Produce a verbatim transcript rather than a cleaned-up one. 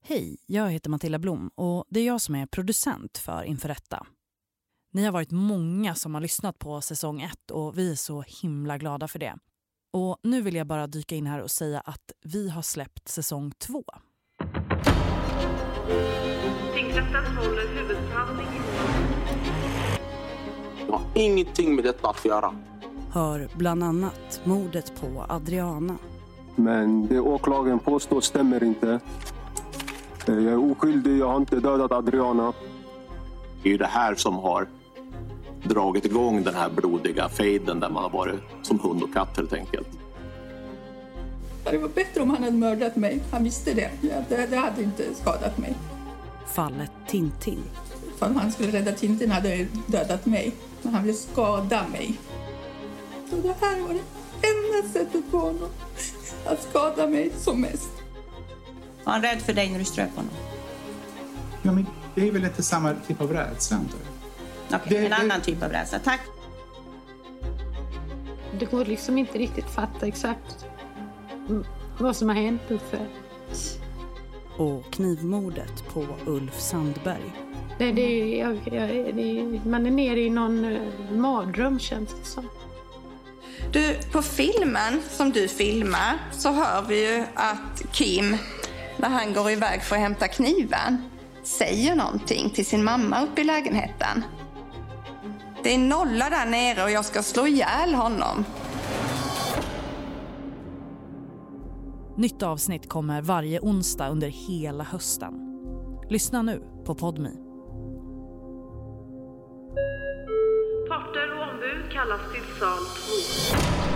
Hej, jag heter Matilda Blom och det är jag som är producent för Inför rätta. Ni har varit många som har lyssnat på säsong ett och vi är så himla glada för det. Och nu vill jag bara dyka in här och säga att vi har släppt säsong två. Tingsrätten håller huvudförhandling. Jag har ingenting med detta att göra. Hör bland annat mordet på Adriana. Men det åklagaren påstår stämmer inte. Jag är oskyldig, jag har inte dödat Adriana. Det är ju det här som har dragit igång den här blodiga fejden där man har varit som hund och katt helt enkelt. Det var bättre om han hade mördat mig. Han visste det. Det, det hade inte skadat mig. Fallet Tintin. För om han skulle rädda Tintin hade han dödat mig. Men han ville skada mig. Så det här var det enda sättet på honom att skada mig som mest. Var han rädd för dig när du ströp honom? Ja, men det är väl inte samma typ av rädsla. Okej, okay, en det... annan typ av rädsla. Tack. Det går liksom inte riktigt fatta exakt vad som har hänt Uffe. Och knivmordet på Ulf Sandberg. Det, det, jag, jag, det, man är nere i någon uh, mardröm känns det som. Du, på filmen som du filmar så hör vi ju att Kim, när han går iväg för att hämta kniven, säger någonting till sin mamma uppe i lägenheten. Det är nolla där nere och jag ska slå ihjäl honom. Nytt avsnitt kommer varje onsdag under hela hösten. Lyssna nu på Podme. Parter och ombud kallas till sal två.